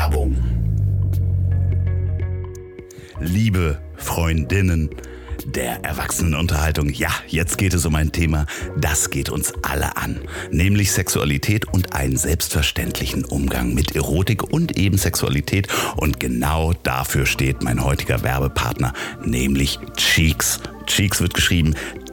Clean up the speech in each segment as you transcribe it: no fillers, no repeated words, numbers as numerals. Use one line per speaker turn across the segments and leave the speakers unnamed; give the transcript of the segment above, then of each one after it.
Werbung. Liebe Freundinnen der Erwachsenenunterhaltung, ja, jetzt geht es um ein Thema, das geht uns alle an, nämlich Sexualität und einen selbstverständlichen Umgang mit Erotik und eben Sexualität. Und genau dafür steht mein heutiger Werbepartner, nämlich Cheeks. Cheeks wird geschrieben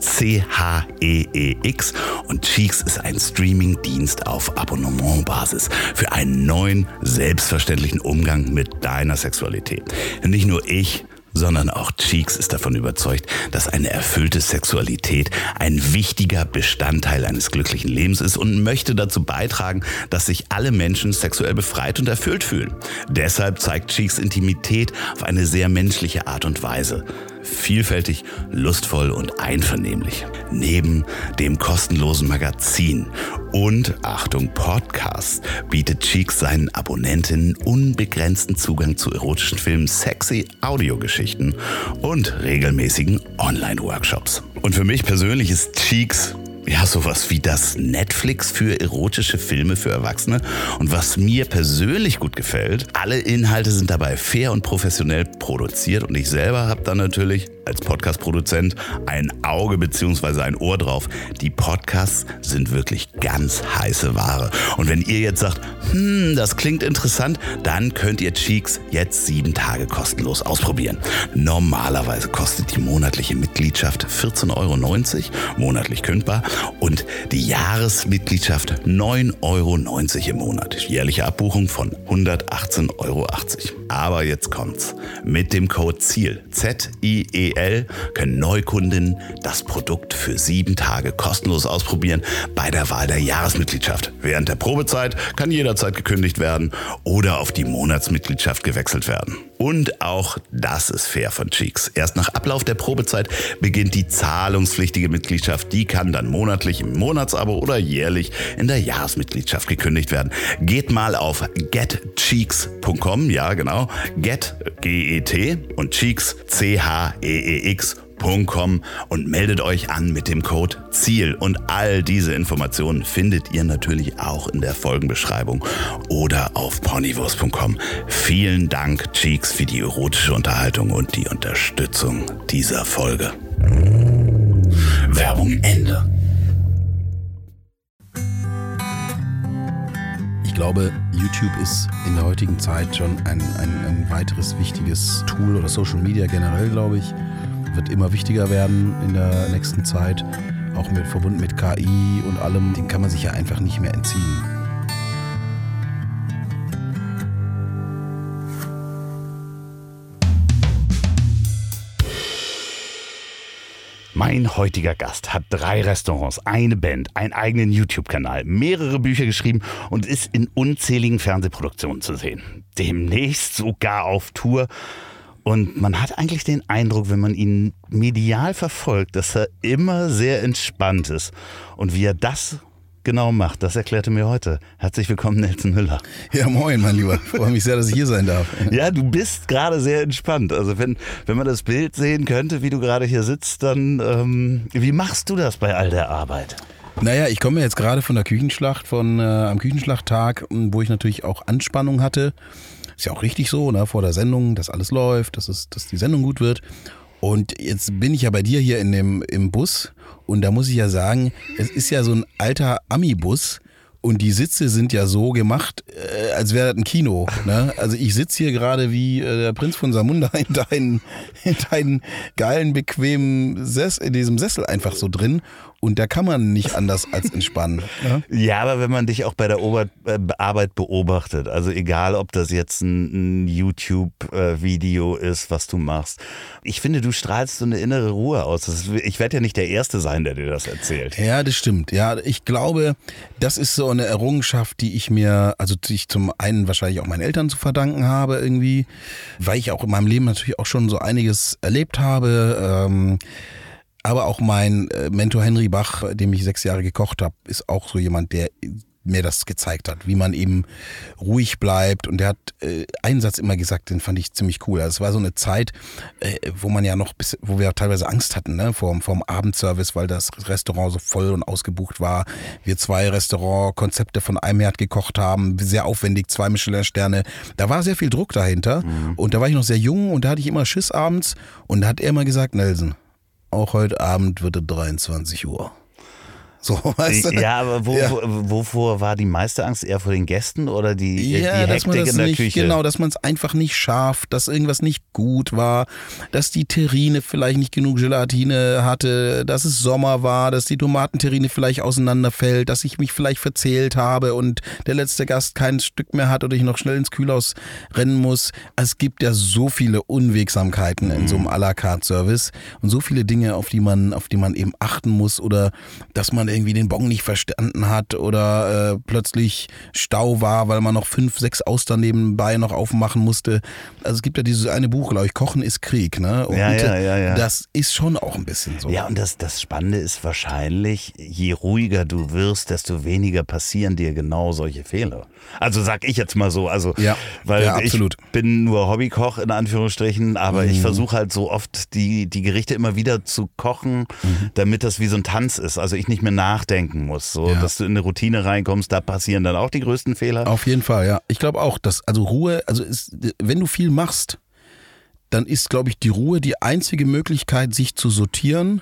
C-H-E-E-X und Cheeks ist ein Streaming-Dienst auf Abonnementbasis für einen neuen, selbstverständlichen Umgang mit deiner Sexualität. Nicht nur ich, sondern auch Cheeks ist davon überzeugt, dass eine erfüllte Sexualität ein wichtiger Bestandteil eines glücklichen Lebens ist und möchte dazu beitragen, dass sich alle Menschen sexuell befreit und erfüllt fühlen. Deshalb zeigt Cheeks Intimität auf eine sehr menschliche Art und Weise. Vielfältig, lustvoll und einvernehmlich. Neben dem kostenlosen Magazin und, Achtung, Podcast bietet Cheeks seinen Abonnentinnen unbegrenzten Zugang zu erotischen Filmen, sexy Audiogeschichten und regelmäßigen Online-Workshops. Und für mich persönlich ist Cheeks ja sowas wie das Netflix für erotische Filme für Erwachsene. Und was mir persönlich gut gefällt, alle Inhalte sind dabei fair und professionell produziert und ich selber habe dann natürlich als Podcast-Produzent ein Auge bzw. ein Ohr drauf. Die Podcasts sind wirklich ganz heiße Ware. Und wenn ihr jetzt sagt, das klingt interessant, dann könnt ihr Cheeks jetzt 7 Tage kostenlos ausprobieren. Normalerweise kostet die monatliche Mitgliedschaft 14,90 €, monatlich kündbar, und die Jahresmitgliedschaft 9,90 € im Monat. Jährliche Abbuchung von 118,80 €. Aber jetzt kommt's. Mit dem Code ZIEL, Z-I-E-L, können Neukundinnen das Produkt für 7 Tage kostenlos ausprobieren bei der Wahl der Jahresmitgliedschaft. Während der Probezeit kann jederzeit gekündigt werden oder auf die Monatsmitgliedschaft gewechselt werden. Und auch das ist fair von Cheeks. Erst nach Ablauf der Probezeit beginnt die zahlungspflichtige Mitgliedschaft. Die kann dann monatlich im Monatsabo oder jährlich in der Jahresmitgliedschaft gekündigt werden. Geht mal auf getcheeks.com, ja genau, get, G-E-T und Cheeks, C-H-E-E-X.com und meldet euch an mit dem Code ZIEL. Und all diese Informationen findet ihr natürlich auch in der Folgenbeschreibung oder auf ponywurst.com. Vielen Dank, Cheeks, für die erotische Unterhaltung und die Unterstützung dieser Folge. Werbung Ende.
Ich glaube, YouTube ist in der heutigen Zeit schon ein weiteres wichtiges Tool oder Social Media generell, glaube ich. Wird immer wichtiger werden in der nächsten Zeit, auch verbunden mit KI und allem. Dem kann man sich ja einfach nicht mehr entziehen.
Mein heutiger Gast hat 3 Restaurants, eine Band, einen eigenen YouTube-Kanal, mehrere Bücher geschrieben und ist in unzähligen Fernsehproduktionen zu sehen. Demnächst sogar auf Tour. Und man hat eigentlich den Eindruck, wenn man ihn medial verfolgt, dass er immer sehr entspannt ist. Und wie er das genau macht, das erklärte mir heute. Herzlich willkommen, Nelson Müller.
Ja, moin, mein Lieber. Ich freue mich sehr, dass ich hier sein darf.
Ja, du bist gerade sehr entspannt. Also wenn man das Bild sehen könnte, wie du gerade hier sitzt, dann wie machst du das bei all der Arbeit?
Naja, ich komme jetzt gerade von der Küchenschlacht, am Küchenschlachttag, wo ich natürlich auch Anspannung hatte. Ist ja auch richtig so, ne, vor der Sendung, dass alles läuft, dass die Sendung gut wird. Und jetzt bin ich ja bei dir hier im Bus und da muss ich ja sagen, es ist ja so ein alter Ami-Bus und die Sitze sind ja so gemacht, als wäre das ein Kino. Ne? Also ich sitze hier gerade wie der Prinz von Samunda in deinen geilen, bequemen in diesem Sessel einfach so drin. Und da kann man nicht anders als entspannen. Ne?
Ja, aber wenn man dich auch bei der Arbeit beobachtet, also egal, ob das jetzt ein YouTube-Video ist, was du machst, ich finde, du strahlst so eine innere Ruhe aus. Ich werde ja nicht der Erste sein, der dir das erzählt.
Ja, das stimmt. Ja, ich glaube, das ist so eine Errungenschaft, die ich zum einen wahrscheinlich auch meinen Eltern zu verdanken habe irgendwie, weil ich auch in meinem Leben natürlich auch schon so einiges erlebt habe. Aber auch mein Mentor Henry Bach, dem ich 6 Jahre gekocht habe, ist auch so jemand, der mir das gezeigt hat, wie man eben ruhig bleibt. Und der hat einen Satz immer gesagt, den fand ich ziemlich cool. Also es war so eine Zeit, wo man ja noch, wo wir teilweise Angst hatten, ne, vorm Abendservice, weil das Restaurant so voll und ausgebucht war. Wir 2 Restaurantkonzepte von einem Herd gekocht haben, sehr aufwendig, 2 Michelin-Sterne. Da war sehr viel Druck dahinter. Und da war ich noch sehr jung und da hatte ich immer Schiss abends. Und da hat er immer gesagt, Nelson, auch heute Abend wird es 23 Uhr. So, weißt du?
Ja, aber wovor war die meiste Angst? Eher vor den Gästen oder die Hektik in der Küche?
Genau, dass man es einfach nicht schafft, dass irgendwas nicht gut war, dass die Terrine vielleicht nicht genug Gelatine hatte, dass es Sommer war, dass die Tomatenterrine vielleicht auseinanderfällt, dass ich mich vielleicht verzählt habe und der letzte Gast kein Stück mehr hat oder ich noch schnell ins Kühlhaus rennen muss. Es gibt ja so viele Unwegsamkeiten in so einem à la carte Service und so viele Dinge, auf die man eben achten muss oder dass man irgendwie den Bon nicht verstanden hat oder plötzlich Stau war, weil man noch 5, 6 Austern nebenbei noch aufmachen musste. Also es gibt ja dieses eine Buch, glaube ich, Kochen ist Krieg, ne? Und
ja.
das ist schon auch ein bisschen so.
Ja, und das Spannende ist wahrscheinlich, je ruhiger du wirst, desto weniger passieren dir genau solche Fehler. Also sag ich jetzt mal so, also weil ich bin nur Hobbykoch in Anführungsstrichen, aber ich versuche halt so oft die Gerichte immer wieder zu kochen, damit das wie so ein Tanz ist. Also ich nicht mehr nachdenken muss, so dass du in eine Routine reinkommst, da passieren dann auch die größten Fehler.
Auf jeden Fall, ja. Ich glaube auch, dass Ruhe, wenn du viel machst, dann ist, glaube ich, die Ruhe die einzige Möglichkeit, sich zu sortieren,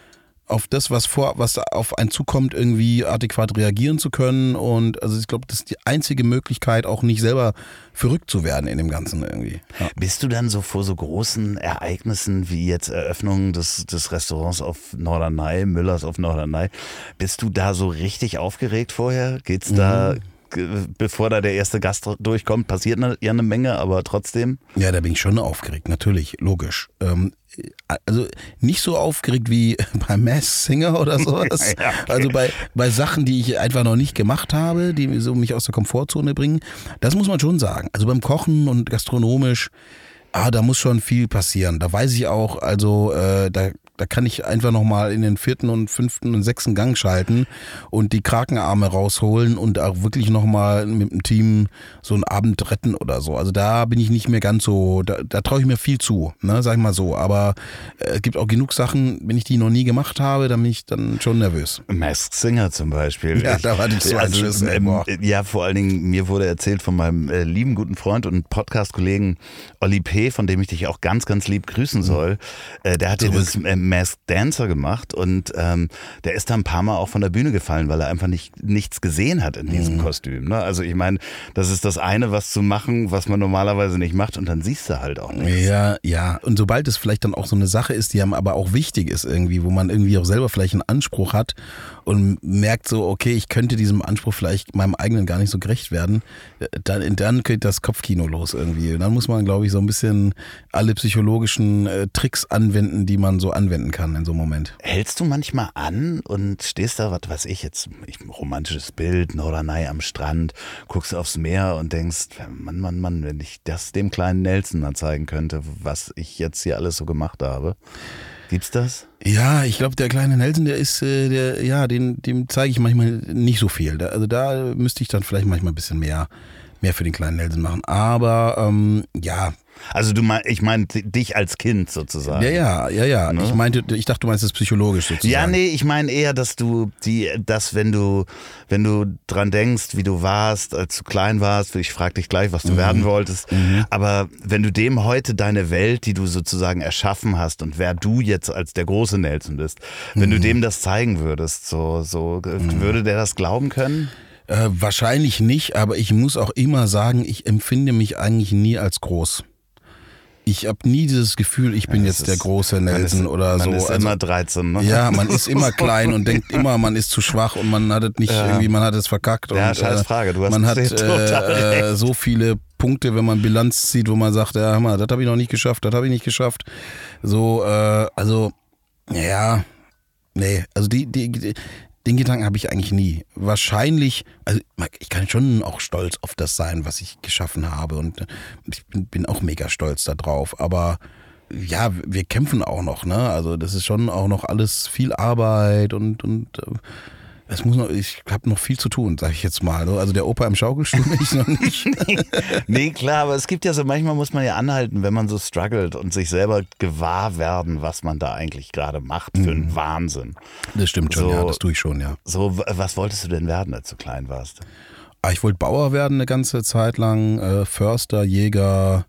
auf das, was auf einen zukommt, irgendwie adäquat reagieren zu können. Und also ich glaube, das ist die einzige Möglichkeit, auch nicht selber verrückt zu werden in dem Ganzen irgendwie. Ja.
Bist du dann so vor so großen Ereignissen wie jetzt Eröffnung des Restaurants auf Norderney, Müllers auf Norderney, bist du da so richtig aufgeregt vorher? Geht's da, bevor da der erste Gast durchkommt, passiert ja eine Menge, aber trotzdem?
Ja, da bin ich schon aufgeregt, natürlich, logisch. Also nicht so aufgeregt wie beim Masked Singer oder sowas. Ja, okay. Also bei Sachen, die ich einfach noch nicht gemacht habe, die so mich aus der Komfortzone bringen. Das muss man schon sagen. Also beim Kochen und gastronomisch, da muss schon viel passieren. Da weiß ich auch, also da kann ich einfach nochmal in den 4. und 5. und 6. Gang schalten und die Krakenarme rausholen und auch wirklich nochmal mit dem Team so einen Abend retten oder so. Also da bin ich nicht mehr ganz so, da traue ich mir viel zu, ne, sag ich mal so. Aber es gibt auch genug Sachen, wenn ich die noch nie gemacht habe, dann bin ich dann schon nervös.
Masked Singer zum Beispiel.
Ja, da hatte ich so einen Schiss.
Ja, vor allen Dingen, mir wurde erzählt von meinem lieben guten Freund und Podcast-Kollegen Olli P., von dem ich dich auch ganz, ganz lieb grüßen soll. Der hat dieses Masked Dancer gemacht und der ist da ein paar Mal auch von der Bühne gefallen, weil er einfach nichts gesehen hat in diesem Kostüm. Ne? Also ich meine, das ist das eine, was zu machen, was man normalerweise nicht macht und dann siehst du halt auch nichts.
Ja. Und sobald es vielleicht dann auch so eine Sache ist, die einem aber auch wichtig ist irgendwie, wo man irgendwie auch selber vielleicht einen Anspruch hat und merkt so, okay, ich könnte diesem Anspruch vielleicht meinem eigenen gar nicht so gerecht werden, dann geht das Kopfkino los irgendwie. Und dann muss man, glaube ich, so ein bisschen alle psychologischen Tricks anwenden, die man so anwenden kann in so einem Moment.
Hältst du manchmal an und stehst da, was weiß ich jetzt, romantisches Bild, Norderney am Strand, guckst aufs Meer und denkst, Mann, wenn ich das dem kleinen Nelson mal zeigen könnte, was ich jetzt hier alles so gemacht habe. Gibt's das?
Ja, ich glaube, der kleine Nelson, der ist, dem zeige ich manchmal nicht so viel. Also da müsste ich dann vielleicht manchmal ein bisschen mehr für den kleinen Nelson machen. Aber
Also ich meine dich als Kind sozusagen.
Ja. Ne? Ich dachte, du meinst das psychologisch sozusagen.
Ja, nee, ich meine eher, dass wenn du dran denkst, wie du warst, als du klein warst, ich frage dich gleich, was du werden wolltest, aber wenn du dem heute deine Welt, die du sozusagen erschaffen hast und wer du jetzt als der große Nelson bist, wenn du dem das zeigen würdest, würde der das glauben können?
Wahrscheinlich nicht, aber ich muss auch immer sagen, ich empfinde mich eigentlich nie als groß. Ich habe nie dieses Gefühl, ich bin jetzt der große Nelson oder so.
Man ist immer 13, ne?
Ja, man ist immer klein und denkt immer, man ist zu schwach und man hat es nicht irgendwie, man hat es verkackt.
Ja,
und,
scheiß Frage, du hast
man hat
total recht.
So viele Punkte, wenn man Bilanz zieht, wo man sagt, ja, das habe ich noch nicht geschafft, das habe ich nicht geschafft. So, den Gedanken habe ich eigentlich nie. Wahrscheinlich, also ich kann schon auch stolz auf das sein, was ich geschaffen habe und ich bin auch mega stolz da drauf, aber ja, wir kämpfen auch noch, ne? Also das ist schon auch noch alles viel Arbeit und Ich habe noch viel zu tun, sage ich jetzt mal. Also der Opa im Schaukelstuhl bin ich noch nicht.
Nee, klar, aber es gibt ja so, manchmal muss man ja anhalten, wenn man so struggelt und sich selber gewahr werden, was man da eigentlich gerade macht für einen Wahnsinn.
Das stimmt schon, ja, das tue ich schon, ja.
So, was wolltest du denn werden, als du klein warst?
Ich wollte Bauer werden eine ganze Zeit lang, Förster, Jäger,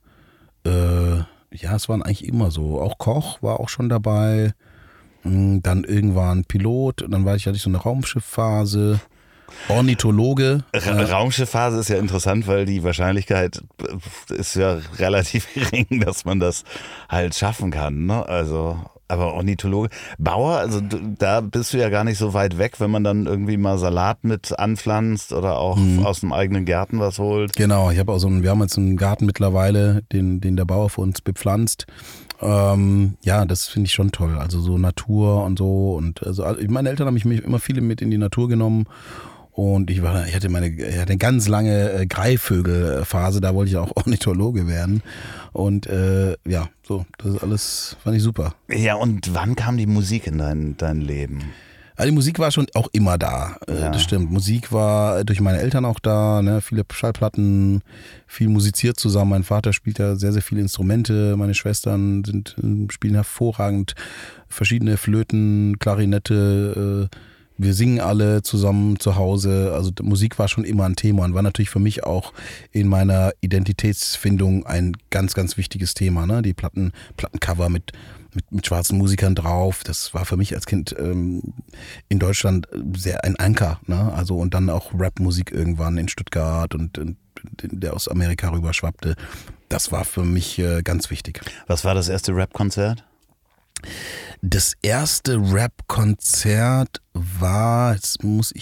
es waren eigentlich immer so. Auch Koch war auch schon dabei. Dann irgendwann Pilot, dann hatte ich so eine Raumschiffphase, Ornithologe.
Raumschiffphase ist ja interessant, weil die Wahrscheinlichkeit ist ja relativ gering, dass man das halt schaffen kann, ne? Also, aber Ornithologe, Bauer, also da bist du ja gar nicht so weit weg, wenn man dann irgendwie mal Salat mit anpflanzt oder auch aus dem eigenen Garten was holt.
Genau, wir haben jetzt einen Garten mittlerweile, den der Bauer für uns bepflanzt. Das finde ich schon toll. Also so Natur und so. Und also meine Eltern haben mich immer viele mit in die Natur genommen. Und ich hatte eine ganz lange Greifvögelphase, da wollte ich auch Ornithologe werden. Und das ist alles, fand ich super.
Ja, und wann kam die Musik in dein Leben?
Also die Musik war schon auch immer da, das stimmt. Musik war durch meine Eltern auch da, ne? Viele Schallplatten, viel musiziert zusammen. Mein Vater spielt ja sehr, sehr viele Instrumente, meine Schwestern spielen hervorragend verschiedene Flöten, Klarinette, wir singen alle zusammen zu Hause. Also Musik war schon immer ein Thema und war natürlich für mich auch in meiner Identitätsfindung ein ganz, ganz wichtiges Thema, ne? Die Plattencover mit schwarzen Musikern drauf. Das war für mich als Kind in Deutschland sehr ein Anker, ne? Also und dann auch Rapmusik irgendwann in Stuttgart und der aus Amerika rüber schwappte. Das war für mich ganz wichtig.
Was war das erste Rap-Konzert?
Das erste Rap-Konzert war, es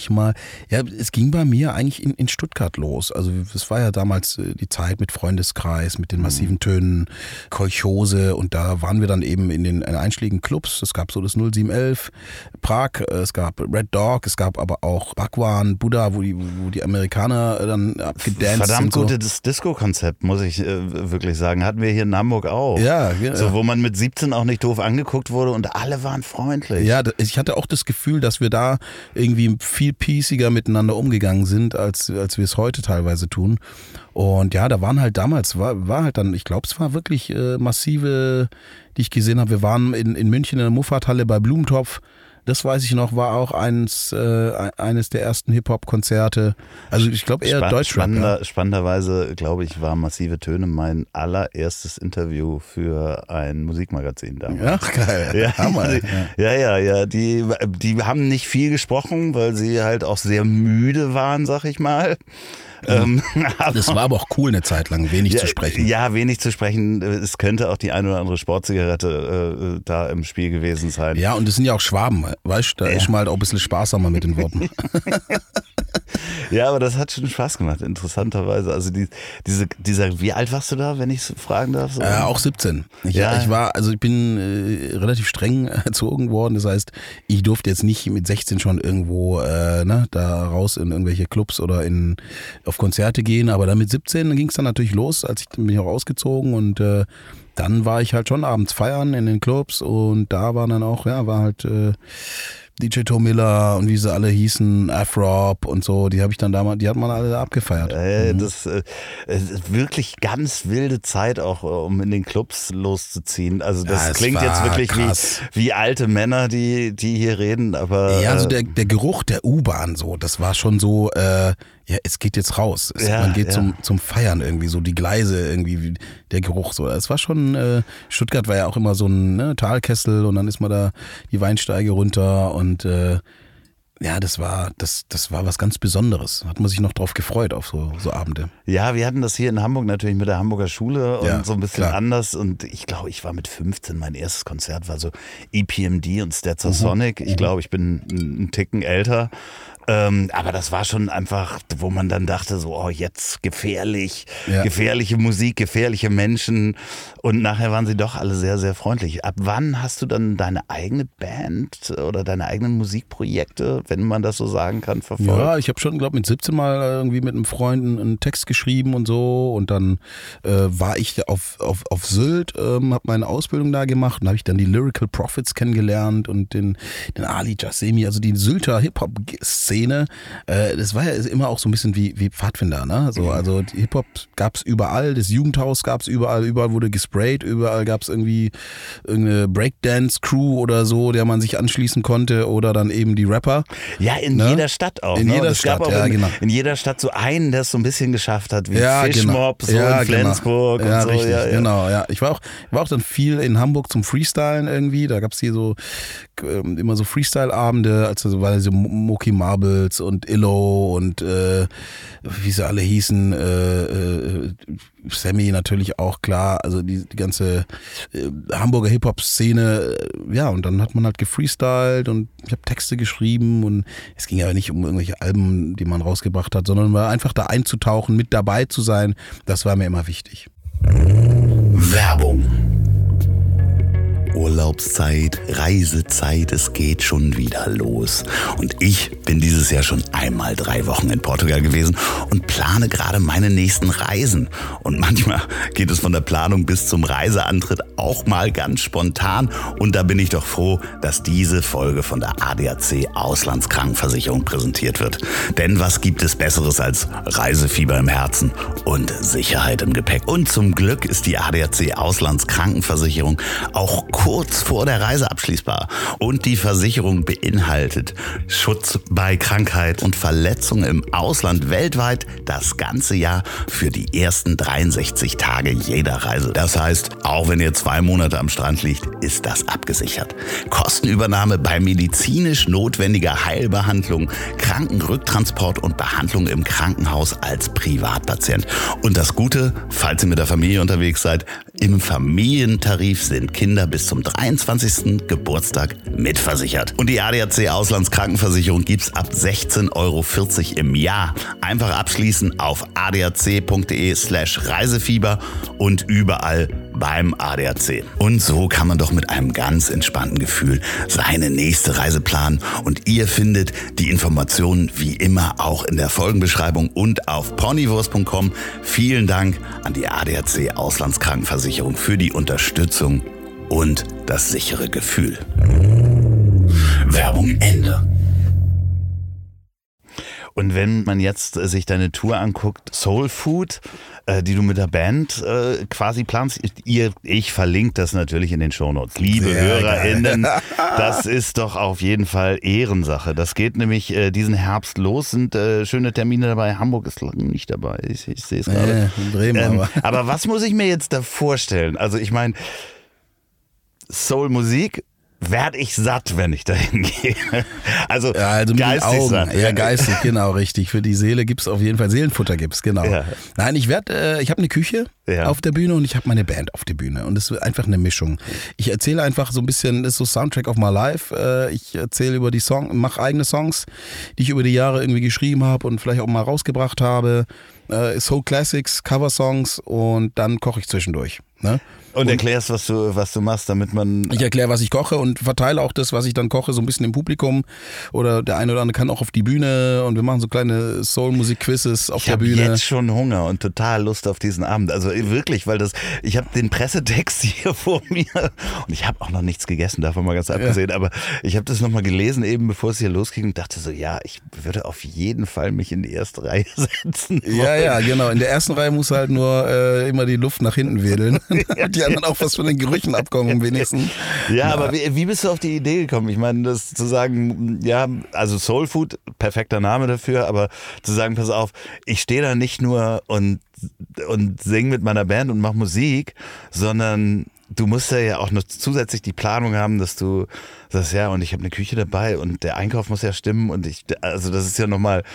ging bei mir eigentlich in Stuttgart los. Also es war ja damals die Zeit mit Freundeskreis, mit den massiven Tönen, Kolchose und da waren wir dann eben in den einschlägigen Clubs. Es gab so das 0711, Prag, es gab Red Dog, es gab aber auch Bhagwan, Buddha, wo die Amerikaner dann abgedanced sind.
Verdammt gutes Disco-Konzept, muss ich wirklich sagen. Hatten wir hier in Hamburg auch.
Ja.
So, wo man mit 17 auch nicht doof angeguckt wurde und alle waren freundlich.
Ja, ich hatte auch das Gefühl, dass wir da irgendwie viel peaciger miteinander umgegangen sind, als wir es heute teilweise tun. Und ja, da waren halt damals, war halt dann, ich glaube, es war wirklich massive, die ich gesehen habe. Wir waren in München in der Muffathalle bei Blumentopf. Das weiß ich noch, war auch eines der ersten Hip-Hop-Konzerte. Also ich glaube eher Deutschrap.
Spannenderweise, glaube ich, war Massive Töne mein allererstes Interview für ein Musikmagazin damals.
Ach geil,
ja, Hammer. Ja. Die haben nicht viel gesprochen, weil sie halt auch sehr müde waren, sag ich mal.
Das war aber auch cool eine Zeit lang, wenig zu sprechen.
Ja, wenig zu sprechen. Es könnte auch die ein oder andere Sportzigarette da im Spiel gewesen sein.
Ja, und es sind ja auch Schwaben, weißt du, da ist man halt auch ein bisschen sparsamer mit den Worten.
Ja, aber das hat schon Spaß gemacht, interessanterweise. Also dieser, wie alt warst du da, wenn ich fragen darf? So?
Auch 17. Ich bin relativ streng erzogen worden. Das heißt, ich durfte jetzt nicht mit 16 schon irgendwo da raus in irgendwelche Clubs oder auf Konzerte gehen. Aber dann mit 17 ging es dann natürlich los, bin ich auch ausgezogen und dann war ich halt schon abends feiern in den Clubs und da waren dann auch, DJ Tom Miller und wie sie alle hießen, Afrop und so, die hat man alle abgefeiert.
Das ist wirklich ganz wilde Zeit auch, um in den Clubs loszuziehen. Also das klingt jetzt wirklich wie alte Männer, die hier reden, aber...
Ja, so der Geruch der U-Bahn so, das war schon so, es geht jetzt raus. Man geht zum Feiern irgendwie, so die Gleise irgendwie, der Geruch so. Es war schon, Stuttgart war ja auch immer so ein Talkessel und dann ist man da die Weinsteige runter und das war was ganz Besonderes. Hat man sich noch drauf gefreut auf so Abende.
Ja, wir hatten das hier in Hamburg natürlich mit der Hamburger Schule und so ein bisschen
klar.
anders und ich glaube, ich war mit 15, mein erstes Konzert war so EPMD und Stetzer Sonic. Ich glaube, ich bin einen Ticken älter. Aber das war schon einfach, wo man dann dachte so, oh jetzt gefährlich, gefährliche Musik, gefährliche Menschen und nachher waren sie doch alle sehr, sehr freundlich. Ab wann hast du dann deine eigene Band oder deine eigenen Musikprojekte, wenn man das so sagen kann, verfolgt?
Ja, ich habe schon, glaube mit 17 mal irgendwie mit einem Freund einen Text geschrieben und so und dann war ich auf Sylt, habe meine Ausbildung da gemacht und habe ich dann die Lyrical Prophets kennengelernt und den Ali Jassemi, also die Sylter Hip-Hop-Szene. Das war ja immer auch so ein bisschen wie Pfadfinder, ne? So, also Hip-Hop gab es überall, das Jugendhaus gab es überall wurde gesprayt, überall gab es irgendwie irgendeine Breakdance-Crew oder so, der man sich anschließen konnte oder dann eben die Rapper.
Ja, in jeder Stadt auch.
In jeder Stadt,
gab auch
genau.
In jeder Stadt so einen, der es so ein bisschen geschafft hat, wie Fischmob, so in Flensburg und so.
Richtig,
ja.
Genau, ja. Ich war auch dann viel in Hamburg zum Freestylen irgendwie. Da gab es hier so immer so Freestyle-Abende, also weil so Moki Marbles und Illo und wie sie alle hießen, Sammy natürlich auch, klar, also die ganze Hamburger Hip-Hop-Szene, ja, und dann hat man halt gefreestylt und ich habe Texte geschrieben und es ging aber nicht um irgendwelche Alben, die man rausgebracht hat, sondern war einfach da einzutauchen, mit dabei zu sein, das war mir immer wichtig.
Werbung. Urlaubszeit, Reisezeit, es geht schon wieder los. Und ich bin dieses Jahr schon einmal 3 Wochen in Portugal gewesen und plane gerade meine nächsten Reisen. Und manchmal geht es von der Planung bis zum Reiseantritt auch mal ganz spontan. Und da bin ich doch froh, dass diese Folge von der ADAC Auslandskrankenversicherung präsentiert wird. Denn was gibt es Besseres als Reisefieber im Herzen und Sicherheit im Gepäck? Und zum Glück ist die ADAC Auslandskrankenversicherung auch kurz vor der Reise abschließbar. Und die Versicherung beinhaltet Schutz bei Krankheit und Verletzung im Ausland weltweit das ganze Jahr für die ersten 63 Tage jeder Reise. Das heißt, auch wenn ihr 2 Monate am Strand liegt, ist das abgesichert. Kostenübernahme bei medizinisch notwendiger Heilbehandlung, Krankenrücktransport und Behandlung im Krankenhaus als Privatpatient. Und das Gute, falls ihr mit der Familie unterwegs seid, im Familientarif sind Kinder bis zum 23. Geburtstag mitversichert. Und die ADAC Auslandskrankenversicherung gibt's ab 16,40 € im Jahr. Einfach abschließen auf adac.de/Reisefieber und überall beim ADAC. Und so kann man doch mit einem ganz entspannten Gefühl seine nächste Reise planen. Und ihr findet die Informationen wie immer auch in der Folgenbeschreibung und auf ponywurst.com. Vielen Dank an die ADAC Auslandskrankenversicherung für die Unterstützung und das sichere Gefühl. Werbung Ende. Und wenn man jetzt sich deine Tour anguckt, Soul Food, die du mit der Band quasi planst, ich verlinke das natürlich in den Shownotes. Liebe HörerInnen, das ist doch auf jeden Fall Ehrensache. Das geht nämlich diesen Herbst los, sind schöne Termine dabei. Hamburg ist nicht dabei, ich sehe es gerade. Aber was muss ich mir jetzt da vorstellen? Also ich meine, Soul-Musik werde ich satt, wenn ich dahin gehe. Also, geistig satt.
Ja, geistig, genau, richtig. Für die Seele gibt's auf jeden Fall, Seelenfutter gibt's, genau. Ja. Nein, ich habe eine Küche auf der Bühne und ich habe meine Band auf der Bühne und es ist einfach eine Mischung. Ich erzähle einfach so ein bisschen, das ist so Soundtrack of my life. Ich erzähle über die mache eigene Songs, die ich über die Jahre irgendwie geschrieben habe und vielleicht auch mal rausgebracht habe. Soul Classics, Cover-Songs und dann koche ich zwischendurch. Ne?
Und erklärst, was du machst, damit man...
Ich erkläre, was ich koche und verteile auch das, was ich dann koche, so ein bisschen im Publikum. Oder der eine oder andere kann auch auf die Bühne und wir machen so kleine Soul-Musik-Quizzes auf der Bühne.
Ich habe jetzt schon Hunger und total Lust auf diesen Abend. Also wirklich, weil ich habe den Pressetext hier vor mir und ich habe auch noch nichts gegessen, davon mal ganz abgesehen. Aber ich habe das nochmal gelesen, eben bevor es hier losging und dachte so, ja, ich würde auf jeden Fall mich in die erste Reihe setzen wollen.
Ja, genau. In der ersten Reihe muss halt nur immer die Luft nach hinten wedeln. Die anderen auch was von den Gerüchen abkommen wenigstens.
Ja, aber wie bist du auf die Idee gekommen? Ich meine, das zu sagen, ja, also Soul Food, perfekter Name dafür, aber zu sagen, pass auf, ich stehe da nicht nur und singe mit meiner Band und mache Musik, sondern du musst ja auch noch zusätzlich die Planung haben, dass du sagst, ja, und ich habe eine Küche dabei und der Einkauf muss ja stimmen und also das ist ja nochmal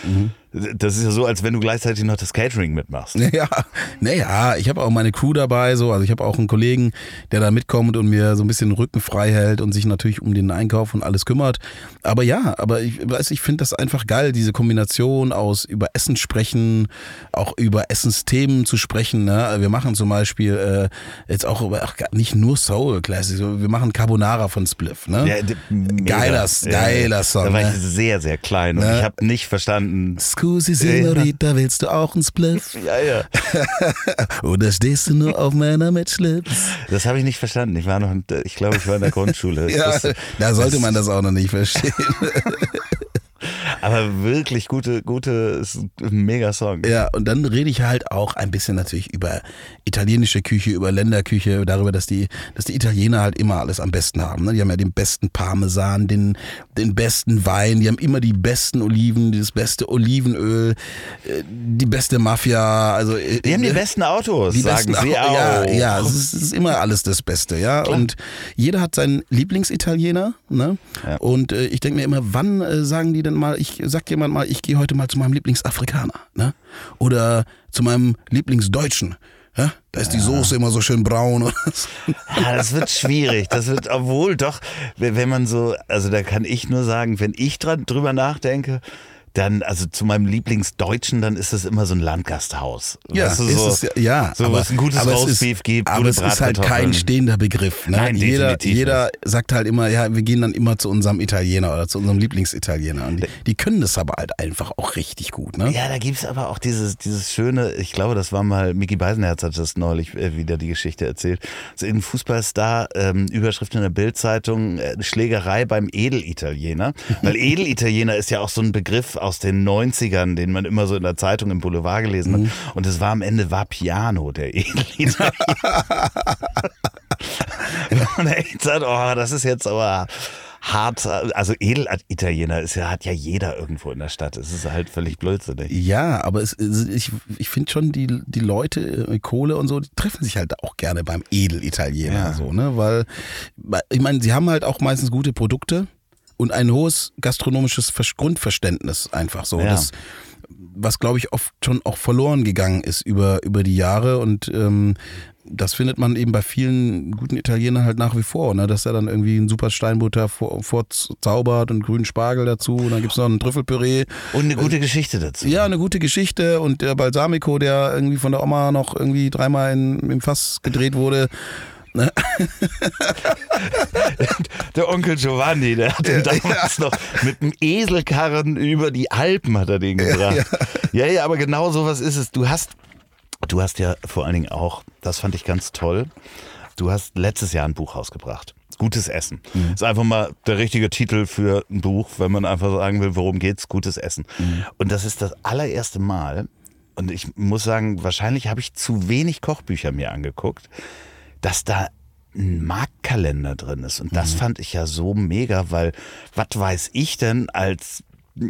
Das ist ja so, als wenn du gleichzeitig noch das Catering mitmachst.
Ja, naja, ich habe auch meine Crew dabei, so, also ich habe auch einen Kollegen, der da mitkommt und mir so ein bisschen den Rücken frei hält und sich natürlich um den Einkauf und alles kümmert. Aber ja, ich finde das einfach geil, diese Kombination aus über Essen sprechen, auch über Essensthemen zu sprechen. Ne? Wir machen zum Beispiel jetzt auch nicht nur Soul Classics, wir machen Carbonara von Spliff. Ne?
Ja,
geiler Song.
Da war
ne?
ich sehr, sehr klein und ich habe nicht verstanden.
Scusi, Senorita, willst du auch einen Spliff?
Ja.
Oder stehst du nur auf Männer mit Schlips?
Das habe ich nicht verstanden. Ich glaube, ich war in der Grundschule.
Ja, da sollte man das auch noch nicht verstehen.
Aber wirklich gute, ist ein mega Song.
Ja, und dann rede ich halt auch ein bisschen natürlich über italienische Küche, über Länderküche, darüber, dass die Italiener halt immer alles am besten haben. Ne? Die haben ja den besten Parmesan, den besten Wein, die haben immer die besten Oliven, das beste Olivenöl, die beste Mafia. Also
die haben die besten Autos, die sagen sie auch.
Ja, es ist immer alles das Beste, ja. Klar. Und jeder hat seinen Lieblingsitaliener, ne? Ja. Und ich denke mir immer, wann sagen die denn mal, sagt jemand mal, ich gehe heute mal zu meinem Lieblingsafrikaner, ne? Oder zu meinem Lieblingsdeutschen. Ja? Da ist die Soße immer so schön braun. Oder so.
Ja, das wird schwierig. Obwohl doch, wenn man so, also da kann ich nur sagen, wenn ich drüber nachdenke, dann, also zu meinem Lieblingsdeutschen, dann ist das immer so ein Landgasthaus.
Ja,
weißt du,
so
wo es ein gutes Roastbeef gibt,
aber es ist halt kein stehender Begriff. Ne?
Nein,
jeder sagt halt immer, ja, wir gehen dann immer zu unserem Italiener oder zu unserem Lieblingsitaliener. Und die können das aber halt einfach auch richtig gut. Ne?
Ja, da gibt's aber auch dieses schöne, ich glaube, das war mal, Micky Beisenherz hat das neulich wieder die Geschichte erzählt. So ein Fußballstar, Überschrift in der Bild-Zeitung, Schlägerei beim Edelitaliener. Weil Edelitaliener ist ja auch so ein Begriff aus den 90ern, den man immer so in der Zeitung im Boulevard gelesen hat. Und es war am Ende Piano, der Edelitaliener. Wenn man echt sagt, oh, das ist jetzt aber hart, also Edelitaliener hat ja jeder irgendwo in der Stadt. Es ist halt völlig blödsinnig.
Ja, aber ich finde schon, die Leute, Kohle und so, die treffen sich halt auch gerne beim Edelitaliener. Ja. So, ne? Weil, ich meine, sie haben halt auch meistens gute Produkte und ein hohes gastronomisches Grundverständnis einfach so.
Ja.
Das, was, glaube ich, oft schon auch verloren gegangen ist über die Jahre und das findet man eben bei vielen guten Italienern halt nach wie vor, ne? Dass er dann irgendwie einen super Steinbutter vorzaubert und grünen Spargel dazu und dann gibt's noch ein Trüffelpüree.
Und eine gute Geschichte dazu.
Ja, eine gute Geschichte und der Balsamico, der irgendwie von der Oma noch irgendwie 3-mal im Fass gedreht wurde. Ne?
Der Onkel Giovanni, der hat den damals noch mit einem Eselkarren über die Alpen hat er den gebracht. Ja, aber genau sowas ist es. Du hast ja vor allen Dingen auch, das fand ich ganz toll, du hast letztes Jahr ein Buch rausgebracht. Gutes Essen. Ist einfach mal der richtige Titel für ein Buch, wenn man einfach sagen will, worum geht's? Gutes Essen. Und das ist das allererste Mal, und ich muss sagen, wahrscheinlich habe ich zu wenig Kochbücher mir angeguckt, dass da ein Marktkalender drin ist. Und das fand ich ja so mega, weil was weiß ich denn als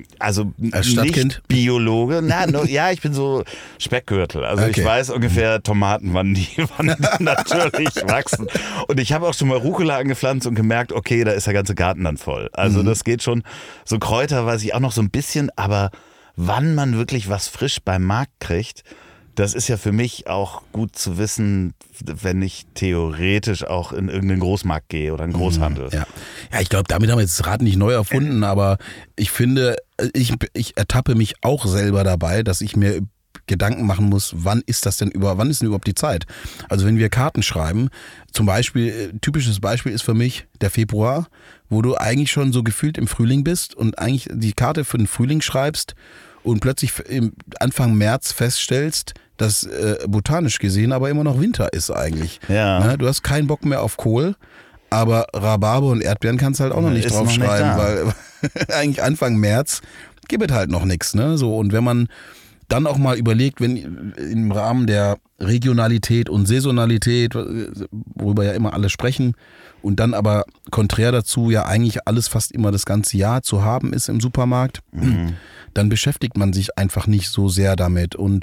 Stadtkind?
Nicht Biologe. Ja, ich bin so Speckgürtel. Also okay. Ich weiß ungefähr Tomaten, wann die natürlich wachsen. Und ich habe auch schon mal Rucola angepflanzt und gemerkt, okay, da ist der ganze Garten dann voll. Also das geht schon. So Kräuter weiß ich auch noch so ein bisschen, aber wann man wirklich was frisch beim Markt kriegt, das ist ja für mich auch gut zu wissen, wenn ich theoretisch auch in irgendeinen Großmarkt gehe oder einen Großhandel.
Ja, ich glaube, damit haben wir jetzt das Rad nicht neu erfunden, aber ich finde, ich ertappe mich auch selber dabei, dass ich mir Gedanken machen muss, wann ist denn überhaupt die Zeit? Also wenn wir Karten schreiben, zum Beispiel, typisches Beispiel ist für mich der Februar, wo du eigentlich schon so gefühlt im Frühling bist und eigentlich die Karte für den Frühling schreibst und plötzlich Anfang März feststellst, dass botanisch gesehen aber immer noch Winter ist eigentlich.
Ja.
Na, du hast keinen Bock mehr auf Kohl, aber Rhabarber und Erdbeeren kannst halt auch noch nicht draufschreiben, weil eigentlich Anfang März gibt es halt noch nichts. Ne? So, und wenn man dann auch mal überlegt, wenn im Rahmen der Regionalität und Saisonalität, worüber ja immer alle sprechen, und dann aber konträr dazu ja eigentlich alles fast immer das ganze Jahr zu haben ist im Supermarkt, dann beschäftigt man sich einfach nicht so sehr damit. Und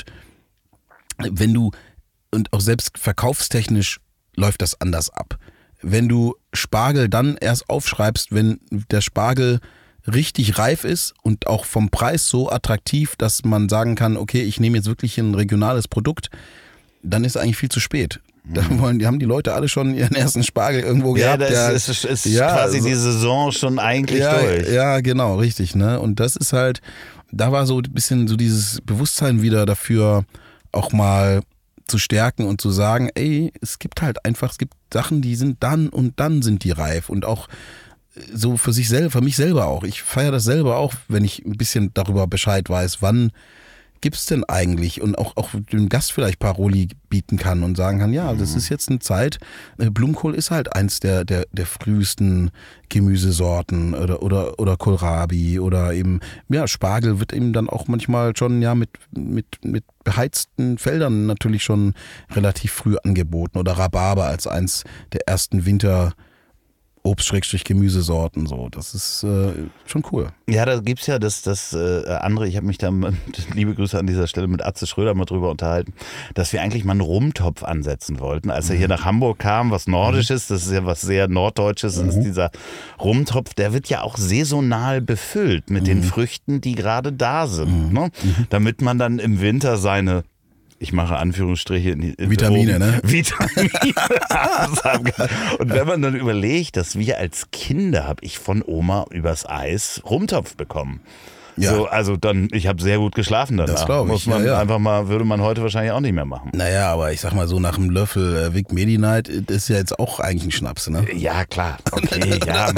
wenn du, und auch selbst verkaufstechnisch läuft das anders ab. Wenn du Spargel dann erst aufschreibst, wenn der Spargel richtig reif ist und auch vom Preis so attraktiv, dass man sagen kann, okay, ich nehme jetzt wirklich ein regionales Produkt, dann ist eigentlich viel zu spät. Da haben die Leute alle schon ihren ersten Spargel irgendwo gehabt.
Ja, das ist quasi die Saison schon eigentlich durch.
Ja, genau, richtig. Ne? Und das ist halt, da war so ein bisschen so dieses Bewusstsein wieder dafür, auch mal zu stärken und zu sagen, ey, es gibt Sachen, die sind dann und dann sind die reif. Und auch so für mich selber auch. Ich feiere das selber auch, wenn ich ein bisschen darüber Bescheid weiß, wann gibt's denn eigentlich, und auch dem Gast vielleicht Paroli bieten kann und sagen kann, ja, das ist jetzt eine Zeit, Blumenkohl ist halt eins der frühesten Gemüsesorten oder Kohlrabi oder eben, ja, Spargel wird eben dann auch manchmal schon ja mit beheizten Feldern natürlich schon relativ früh angeboten oder Rhabarber als eins der ersten Obst-Gemüsesorten, so. Das ist schon cool.
Ja, da gibt's ja das andere, ich habe mich da, liebe Grüße an dieser Stelle, mit Atze Schröder mal drüber unterhalten, dass wir eigentlich mal einen Rumtopf ansetzen wollten. Als er hier nach Hamburg kam, was Nordisches, das ist ja was sehr Norddeutsches, ist dieser Rumtopf, der wird ja auch saisonal befüllt mit den Früchten, die gerade da sind. Ne? Damit man dann im Winter seine, ich mache Anführungsstriche,
Vitamine, ne?
Vitamine. Und wenn man dann überlegt, dass wir als Kinder, habe ich von Oma übers Eis Rumtopf bekommen.
Ja.
So, also dann, ich habe sehr gut geschlafen danach.
Das glaube ich.
Muss man einfach mal, würde man heute wahrscheinlich auch nicht mehr machen.
Naja, aber ich sag mal so, nach einem Löffel Vic Medi-Night ist ja jetzt auch eigentlich ein Schnaps, ne?
Ja, klar. Okay, ja.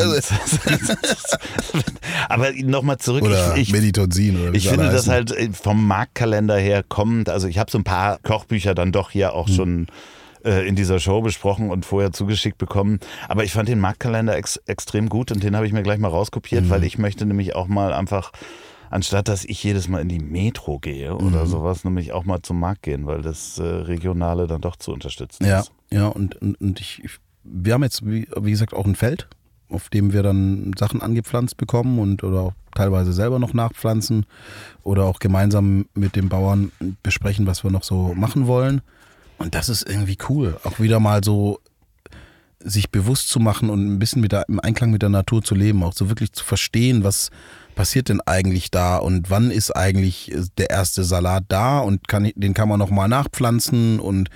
Aber nochmal zurück.
Oder Meditonsin oder wie
ich finde das halt vom Marktkalender her kommend, also ich habe so ein paar Kochbücher dann doch hier auch schon in dieser Show besprochen und vorher zugeschickt bekommen. Aber ich fand den Marktkalender extrem gut und den habe ich mir gleich mal rauskopiert, weil ich möchte nämlich auch mal einfach, anstatt dass ich jedes Mal in die Metro gehe oder sowas, nämlich auch mal zum Markt gehen, weil das Regionale dann doch zu unterstützen ist.
Ja, und wir haben jetzt, wie gesagt, auch ein Feld, auf dem wir dann Sachen angepflanzt bekommen oder auch teilweise selber noch nachpflanzen oder auch gemeinsam mit den Bauern besprechen, was wir noch so machen wollen. Und das ist irgendwie cool, auch wieder mal so sich bewusst zu machen und ein bisschen im Einklang mit der Natur zu leben, auch so wirklich zu verstehen, was passiert denn eigentlich da und wann ist eigentlich der erste Salat da und den kann man nochmal nachpflanzen und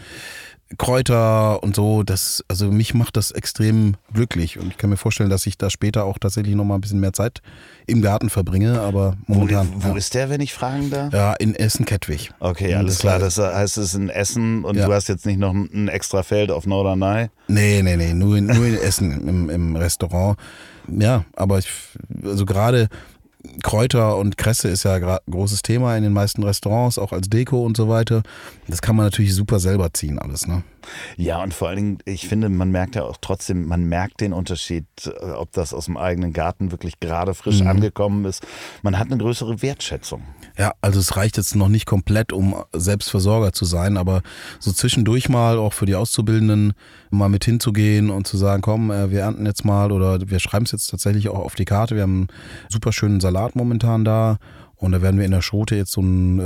Kräuter und so, also mich macht das extrem glücklich und ich kann mir vorstellen, dass ich da später auch tatsächlich nochmal ein bisschen mehr Zeit im Garten verbringe, aber momentan.
Wo ist der, wenn ich fragen darf?
Ja, in Essen-Kettwig.
Okay, alles klar, das heißt, es ist in Essen und du hast jetzt nicht noch ein extra Feld auf Norderney?
Nee, nur in Essen im Restaurant. Ja, aber also gerade Kräuter und Kresse ist ja ein großes Thema in den meisten Restaurants, auch als Deko und so weiter. Das kann man natürlich super selber ziehen alles, ne?
Ja, und vor allen Dingen, ich finde, man merkt ja auch trotzdem, man merkt den Unterschied, ob das aus dem eigenen Garten wirklich gerade frisch angekommen ist. Man hat eine größere Wertschätzung.
Ja, also es reicht jetzt noch nicht komplett, um Selbstversorger zu sein, aber so zwischendurch mal auch für die Auszubildenden mal mit hinzugehen und zu sagen, komm, wir ernten jetzt mal oder wir schreiben es jetzt tatsächlich auch auf die Karte. Wir haben einen super schönen Salat momentan da. Und da werden wir in der Schote jetzt so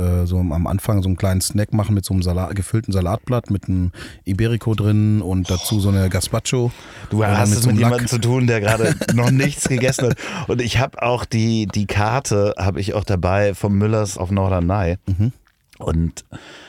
am Anfang so einen kleinen Snack machen mit so einem gefüllten Salatblatt mit einem Iberico drin und dazu so eine Gazpacho.
Du hast es mit jemandem zu tun, der gerade noch nichts gegessen hat. Und ich habe auch die Karte, habe ich auch dabei vom Müllers auf Norderney. Und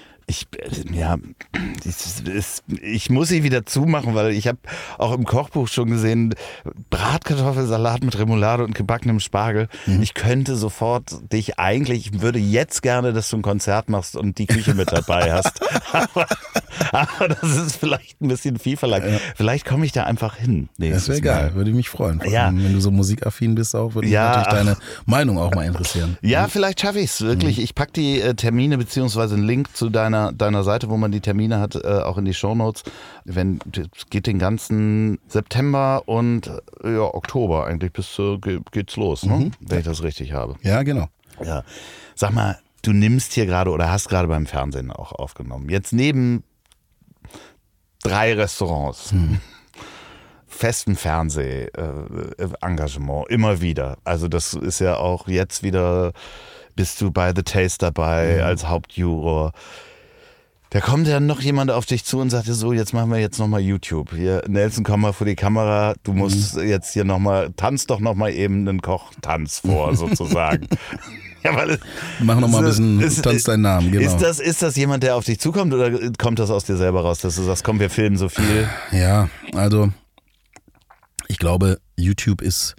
ich muss sie wieder zumachen, weil ich habe auch im Kochbuch schon gesehen, Bratkartoffelsalat mit Remoulade und gebackenem Spargel. Ich könnte sofort ich würde jetzt gerne, dass du ein Konzert machst und die Küche mit dabei hast. aber das ist vielleicht ein bisschen viel verlangt. Ja. Vielleicht komme ich da einfach hin.
Das wäre geil, würde ich mich freuen. Ja. Wenn du so musikaffin bist auch, würde mich natürlich deine Meinung auch mal interessieren.
Ja, vielleicht schaffe ich es wirklich. Ich packe die Termine beziehungsweise einen Link zu deiner Seite, wo man die Termine hat, auch in die Shownotes. Es geht den ganzen September und Oktober eigentlich geht's los, ne? Wenn ich das richtig habe.
Ja, genau.
Ja. Sag mal, du nimmst hier gerade oder hast gerade beim Fernsehen auch aufgenommen. Jetzt neben 3 Restaurants, festen Fernseh-Engagement, immer wieder. Also das ist ja auch jetzt wieder, bist du bei The Taste dabei als Hauptjuror. Da kommt dann noch jemand auf dich zu und sagt dir so, jetzt machen wir jetzt nochmal YouTube. Hier, Nelson, komm mal vor die Kamera, du musst jetzt hier nochmal, tanz doch nochmal eben einen Kochtanz vor, sozusagen. Ja, weil
mach nochmal ein bisschen, tanz deinen Namen, genau.
Ist das jemand, der auf dich zukommt oder kommt das aus dir selber raus, dass du sagst, komm, wir filmen so viel?
Ja, also ich glaube, YouTube ist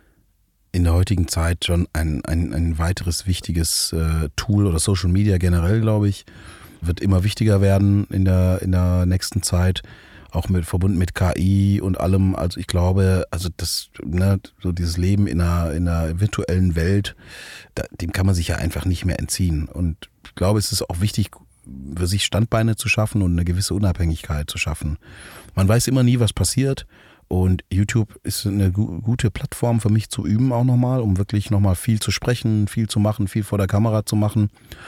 in der heutigen Zeit schon ein weiteres wichtiges Tool oder Social Media generell, glaube ich, wird immer wichtiger werden in der nächsten Zeit, auch verbunden mit KI und allem. Also ich glaube, also das, ne, so dieses Leben in einer virtuellen Welt, dem kann man sich ja einfach nicht mehr entziehen. Und ich glaube, es ist auch wichtig, für sich Standbeine zu schaffen und eine gewisse Unabhängigkeit zu schaffen. Man weiß immer nie, was passiert. Und YouTube ist eine gute Plattform für mich zu üben auch nochmal, um wirklich nochmal viel zu sprechen, viel zu machen, viel vor der Kamera zu machen.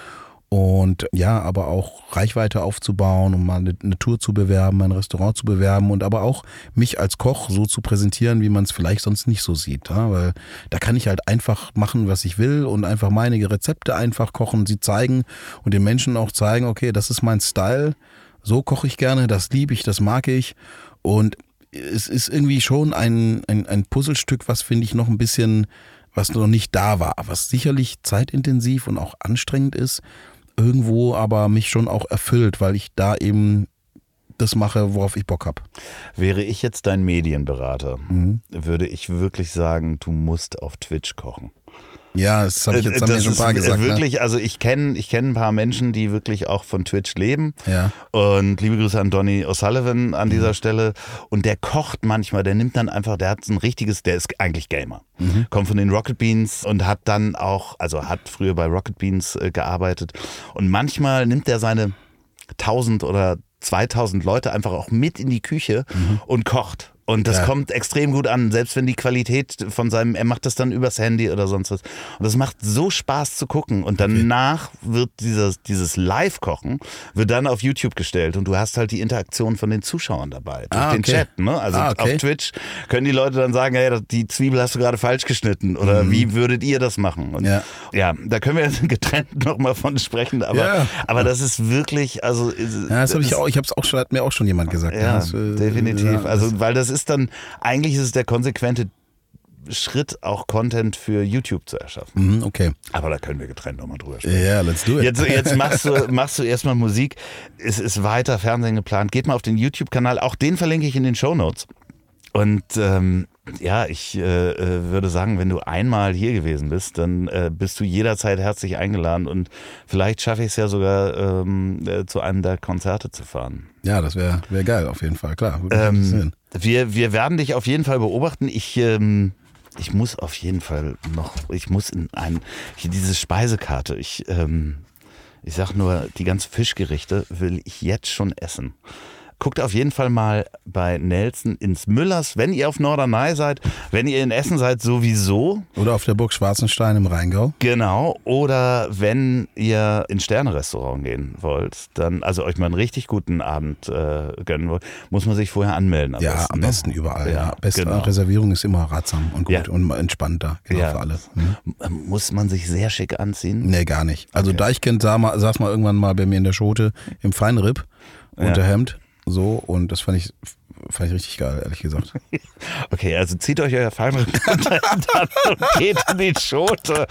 Und ja, aber auch Reichweite aufzubauen, um mal eine Tour zu bewerben, ein Restaurant zu bewerben und aber auch mich als Koch so zu präsentieren, wie man es vielleicht sonst nicht so sieht. Ja? Weil da kann ich halt einfach machen, was ich will und einfach meine Rezepte einfach kochen, sie zeigen und den Menschen auch zeigen, okay, das ist mein Style, so koche ich gerne, das liebe ich, das mag ich. Und es ist irgendwie schon ein Puzzlestück, was finde ich noch ein bisschen, was noch nicht da war, was sicherlich zeitintensiv und auch anstrengend ist, irgendwo aber mich schon auch erfüllt, weil ich da eben das mache, worauf ich Bock habe.
Wäre ich jetzt dein Medienberater, würde ich wirklich sagen, du musst auf Twitch kochen.
Ja, das habe ich jetzt haben mir schon ein paar gesagt.
Wirklich,
ne?
Also ich kenne ein paar Menschen, die wirklich auch von Twitch leben.
Ja.
Und liebe Grüße an Donny O'Sullivan an dieser Stelle. Und der kocht manchmal, der nimmt dann einfach, der hat ein richtiges, der ist eigentlich Gamer. Kommt von den Rocket Beans und hat dann auch, also hat früher bei Rocket Beans gearbeitet. Und manchmal nimmt er seine 1000 oder 2000 Leute einfach auch mit in die Küche und kocht. Und das kommt extrem gut an, selbst wenn die Qualität von er macht das dann übers Handy oder sonst was. Und das macht so Spaß zu gucken. Und danach wird dieses Live-Kochen wird dann auf YouTube gestellt und du hast halt die Interaktion von den Zuschauern dabei, durch den Chat. Ne? Also auf Twitch können die Leute dann sagen, hey, die Zwiebel hast du gerade falsch geschnitten oder wie würdet ihr das machen? Und ja, da können wir jetzt getrennt nochmal von sprechen, aber das ist wirklich, also...
Ja, das habe ich auch, hat mir auch schon jemand gesagt.
Ja, definitiv. Also, weil das ist dann, eigentlich ist es der konsequente Schritt, auch Content für YouTube zu erschaffen.
Okay.
Aber da können wir getrennt nochmal drüber sprechen.
Ja, let's do it.
Jetzt machst du erstmal Musik. Es ist weiter Fernsehen geplant. Geht mal auf den YouTube-Kanal. Auch den verlinke ich in den Shownotes. Und ich würde sagen, wenn du einmal hier gewesen bist, dann bist du jederzeit herzlich eingeladen und vielleicht schaffe ich es ja sogar zu einem der Konzerte zu fahren.
Ja, das wäre geil, auf jeden Fall, klar.
Wir werden dich auf jeden Fall beobachten. Ich muss auf jeden Fall diese Speisekarte, ich sag nur, die ganzen Fischgerichte will ich jetzt schon essen. Guckt auf jeden Fall mal bei Nelson ins Müllers, wenn ihr auf Norderney seid, wenn ihr in Essen seid sowieso.
Oder auf der Burg Schwarzenstein im Rheingau.
Genau, oder wenn ihr ins Sterne-Restaurant gehen wollt, dann, also euch mal einen richtig guten Abend gönnen wollt, muss man sich vorher anmelden.
Am besten überall. Ja. Beste Reservierung ist immer ratsam und gut und entspannter für alle.
Muss man sich sehr schick anziehen?
Nee, gar nicht. Also Deichkind saß mal irgendwann mal bei mir in der Schote im Feinripp unter Hemd. So, und das fand ich richtig geil, ehrlich gesagt.
Okay, also zieht euch euer Feinripp runter und geht in die Schote.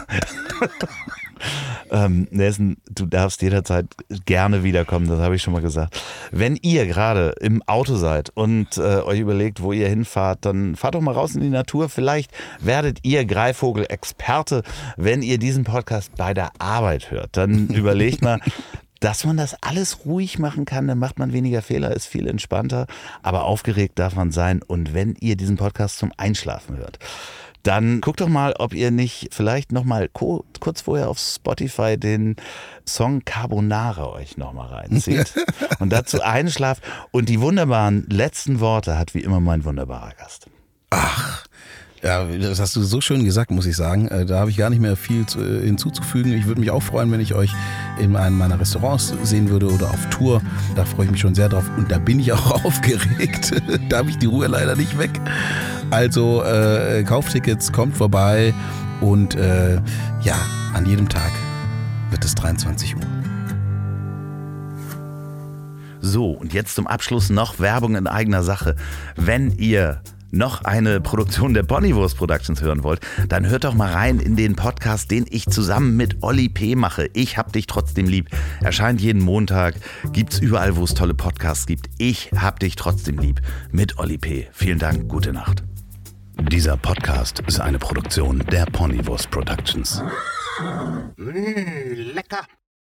Nelson, du darfst jederzeit gerne wiederkommen, das habe ich schon mal gesagt. Wenn ihr gerade im Auto seid und euch überlegt, wo ihr hinfahrt, dann fahrt doch mal raus in die Natur. Vielleicht werdet ihr Greifvogel-Experte, wenn ihr diesen Podcast bei der Arbeit hört. Dann überlegt mal, dass man das alles ruhig machen kann, dann macht man weniger Fehler, ist viel entspannter, aber aufgeregt darf man sein. Und wenn ihr diesen Podcast zum Einschlafen hört, dann guckt doch mal, ob ihr nicht vielleicht nochmal kurz vorher auf Spotify den Song Carbonara euch nochmal reinzieht und dazu einschlaft. Und die wunderbaren letzten Worte hat wie immer mein wunderbarer Gast.
Ach, ja, das hast du so schön gesagt, muss ich sagen. Da habe ich gar nicht mehr viel hinzuzufügen. Ich würde mich auch freuen, wenn ich euch in einem meiner Restaurants sehen würde oder auf Tour. Da freue ich mich schon sehr drauf und da bin ich auch aufgeregt. Da habe ich die Ruhe leider nicht weg. Also Kauftickets, kommt vorbei und an jedem Tag wird es 23 Uhr.
So, und jetzt zum Abschluss noch Werbung in eigener Sache. Wenn ihr noch eine Produktion der Ponywurst Productions hören wollt, dann hört doch mal rein in den Podcast, den ich zusammen mit Olli P. mache. Ich hab dich trotzdem lieb. Erscheint jeden Montag, gibt's überall, wo es tolle Podcasts gibt. Ich hab dich trotzdem lieb mit Olli P. Vielen Dank, gute Nacht. Dieser Podcast ist eine Produktion der Ponywurst Productions.
Lecker.